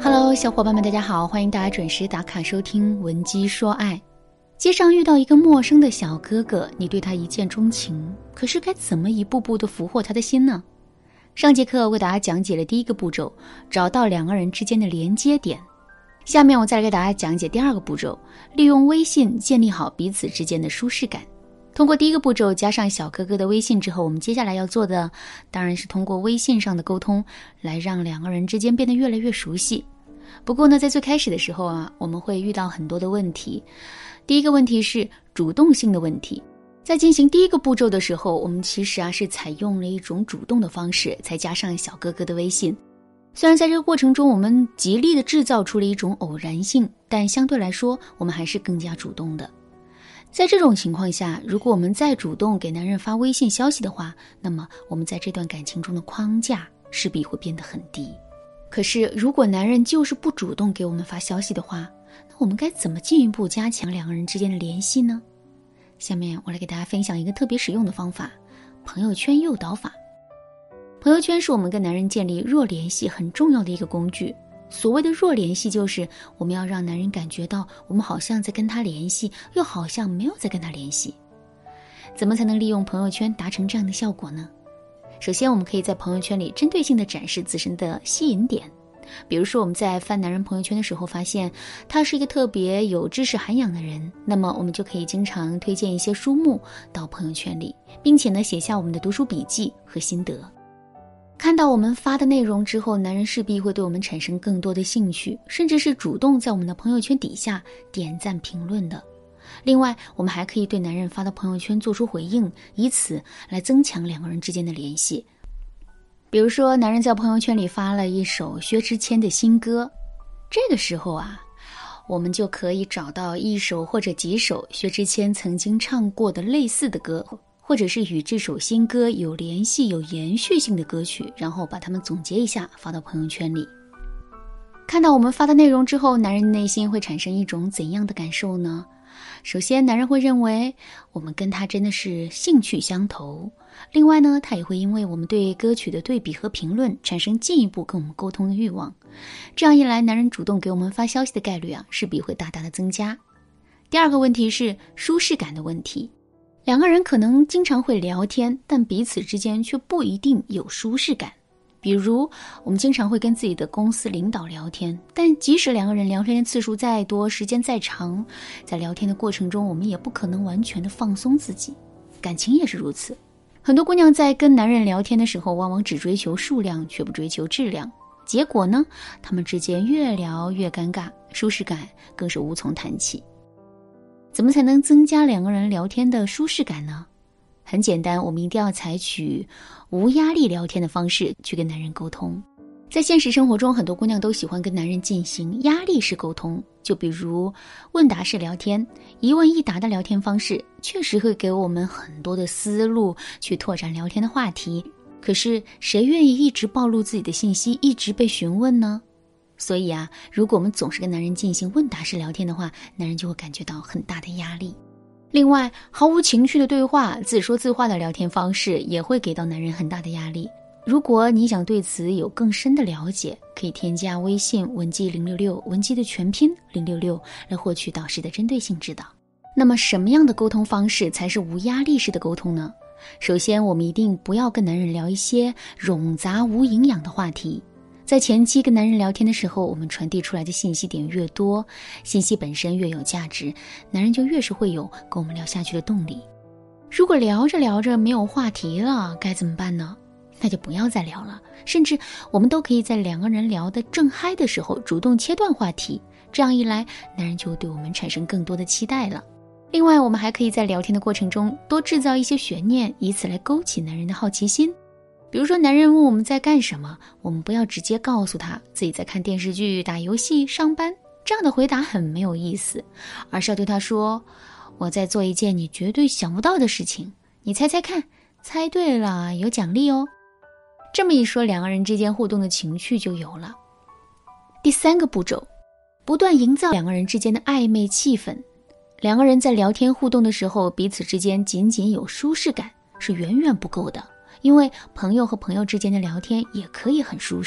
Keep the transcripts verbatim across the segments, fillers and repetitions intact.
Hello， 小伙伴们，大家好，欢迎大家准时打卡收听文姬说爱。街上遇到一个陌生的小哥哥，你对他一见钟情，可是该怎么一步步地俘获他的心呢？上节课为大家讲解了第一个步骤，找到两个人之间的连接点。下面我再来给大家讲解第二个步骤，利用微信建立好彼此之间的舒适感。通过第一个步骤加上小哥哥的微信之后，我们接下来要做的当然是通过微信上的沟通来让两个人之间变得越来越熟悉。不过呢，在最开始的时候啊，我们会遇到很多的问题。第一个问题是主动性的问题。在进行第一个步骤的时候，我们其实啊是采用了一种主动的方式，才加上小哥哥的微信。虽然在这个过程中我们极力的制造出了一种偶然性，但相对来说我们还是更加主动的。在这种情况下，如果我们再主动给男人发微信消息的话，那么我们在这段感情中的框架势必会变得很低。可是如果男人就是不主动给我们发消息的话，那我们该怎么进一步加强两个人之间的联系呢？下面我来给大家分享一个特别实用的方法，朋友圈诱导法。朋友圈是我们跟男人建立弱联系很重要的一个工具。所谓的弱联系，就是我们要让男人感觉到我们好像在跟他联系，又好像没有在跟他联系。怎么才能利用朋友圈达成这样的效果呢？首先，我们可以在朋友圈里针对性地展示自身的吸引点。比如说，我们在翻男人朋友圈的时候发现他是一个特别有知识涵养的人，那么我们就可以经常推荐一些书目到朋友圈里，并且呢写下我们的读书笔记和心得。看到我们发的内容之后，男人势必会对我们产生更多的兴趣，甚至是主动在我们的朋友圈底下点赞评论的。另外，我们还可以对男人发的朋友圈做出回应，以此来增强两个人之间的联系。比如说，男人在朋友圈里发了一首薛之谦的新歌，这个时候啊，我们就可以找到一首或者几首薛之谦曾经唱过的类似的歌，或者是与这首新歌有联系、有延续性的歌曲，然后把它们总结一下发到朋友圈里。看到我们发的内容之后，男人内心会产生一种怎样的感受呢？首先，男人会认为我们跟他真的是兴趣相投。另外呢，他也会因为我们对歌曲的对比和评论产生进一步跟我们沟通的欲望。这样一来，男人主动给我们发消息的概率啊，势必会大大的增加。第二个问题是舒适感的问题。两个人可能经常会聊天，但彼此之间却不一定有舒适感。比如我们经常会跟自己的公司领导聊天，但即使两个人聊天的次数再多，时间再长，在聊天的过程中我们也不可能完全的放松自己。感情也是如此，很多姑娘在跟男人聊天的时候，往往只追求数量，却不追求质量。结果呢，他们之间越聊越尴尬，舒适感更是无从谈起。怎么才能增加两个人聊天的舒适感呢？很简单，我们一定要采取无压力聊天的方式去跟男人沟通。在现实生活中，很多姑娘都喜欢跟男人进行压力式沟通，就比如问答式聊天，一问一答的聊天方式，确实会给我们很多的思路去拓展聊天的话题。可是谁愿意一直暴露自己的信息，一直被询问呢？所以啊，如果我们总是跟男人进行问答式聊天的话，男人就会感觉到很大的压力。另外，毫无情绪的对话，自说自话的聊天方式也会给到男人很大的压力。如果你想对此有更深的了解，可以添加微信文姬零六六，文姬的全拼零六六，来获取导师的针对性指导。那么什么样的沟通方式才是无压力式的沟通呢？首先，我们一定不要跟男人聊一些冗杂无营养的话题。在前期跟男人聊天的时候，我们传递出来的信息点越多，信息本身越有价值，男人就越是会有跟我们聊下去的动力。如果聊着聊着没有话题了，该怎么办呢？那就不要再聊了，甚至我们都可以在两个人聊得正嗨的时候主动切断话题，这样一来，男人就会对我们产生更多的期待了。另外，我们还可以在聊天的过程中多制造一些悬念，以此来勾起男人的好奇心。比如说，男人问我们在干什么，我们不要直接告诉他自己在看电视剧、打游戏、上班，这样的回答很没有意思，而是要对他说，我在做一件你绝对想不到的事情，你猜猜看，猜对了有奖励哦。这么一说，两个人之间互动的情趣就有了。第三个步骤，不断营造两个人之间的暧昧气氛。两个人在聊天互动的时候，彼此之间仅仅有舒适感是远远不够的，因为朋友和朋友之间的聊天也可以很舒适，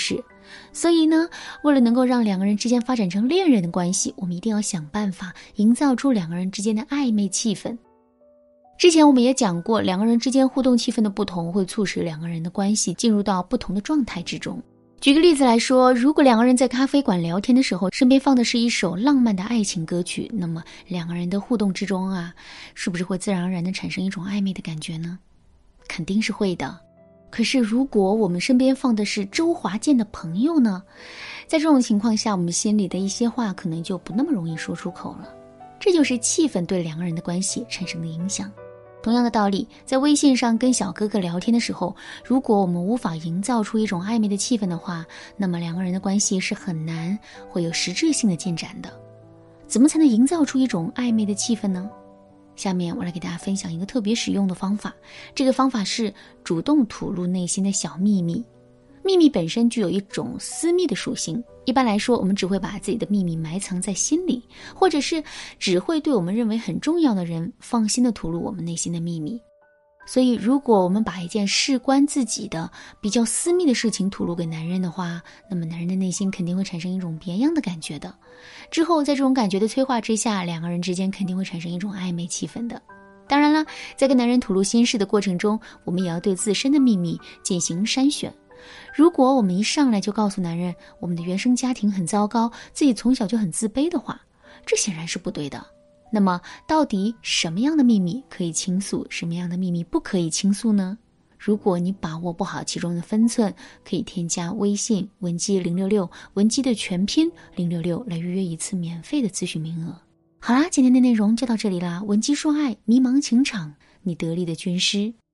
所以呢，为了能够让两个人之间发展成恋人的关系，我们一定要想办法营造出两个人之间的暧昧气氛。之前我们也讲过，两个人之间互动气氛的不同会促使两个人的关系进入到不同的状态之中。举个例子来说，如果两个人在咖啡馆聊天的时候，身边放的是一首浪漫的爱情歌曲，那么两个人的互动之中啊，是不是会自然而然地产生一种暧昧的感觉呢？肯定是会的。可是如果我们身边放的是周华健的朋友呢？在这种情况下，我们心里的一些话可能就不那么容易说出口了。这就是气氛对两个人的关系产生的影响。同样的道理，在微信上跟小哥哥聊天的时候，如果我们无法营造出一种暧昧的气氛的话，那么两个人的关系是很难会有实质性的进展的。怎么才能营造出一种暧昧的气氛呢？下面我来给大家分享一个特别实用的方法，这个方法是主动吐露内心的小秘密。秘密本身具有一种私密的属性，一般来说我们只会把自己的秘密埋藏在心里，或者是只会对我们认为很重要的人放心地吐露我们内心的秘密。所以如果我们把一件事关自己的比较私密的事情吐露给男人的话，那么男人的内心肯定会产生一种别样的感觉的。之后在这种感觉的催化之下，两个人之间肯定会产生一种暧昧气氛的。当然了，在跟男人吐露心事的过程中，我们也要对自身的秘密进行筛选。如果我们一上来就告诉男人我们的原生家庭很糟糕，自己从小就很自卑的话，这显然是不对的。那么到底什么样的秘密可以倾诉，什么样的秘密不可以倾诉呢？如果你把握不好其中的分寸，可以添加微信文姬零六六，文姬的全拼零六六来预约一次免费的咨询名额。好啦，今天的内容就到这里啦，文姬说爱，迷茫情场，你得力的军师。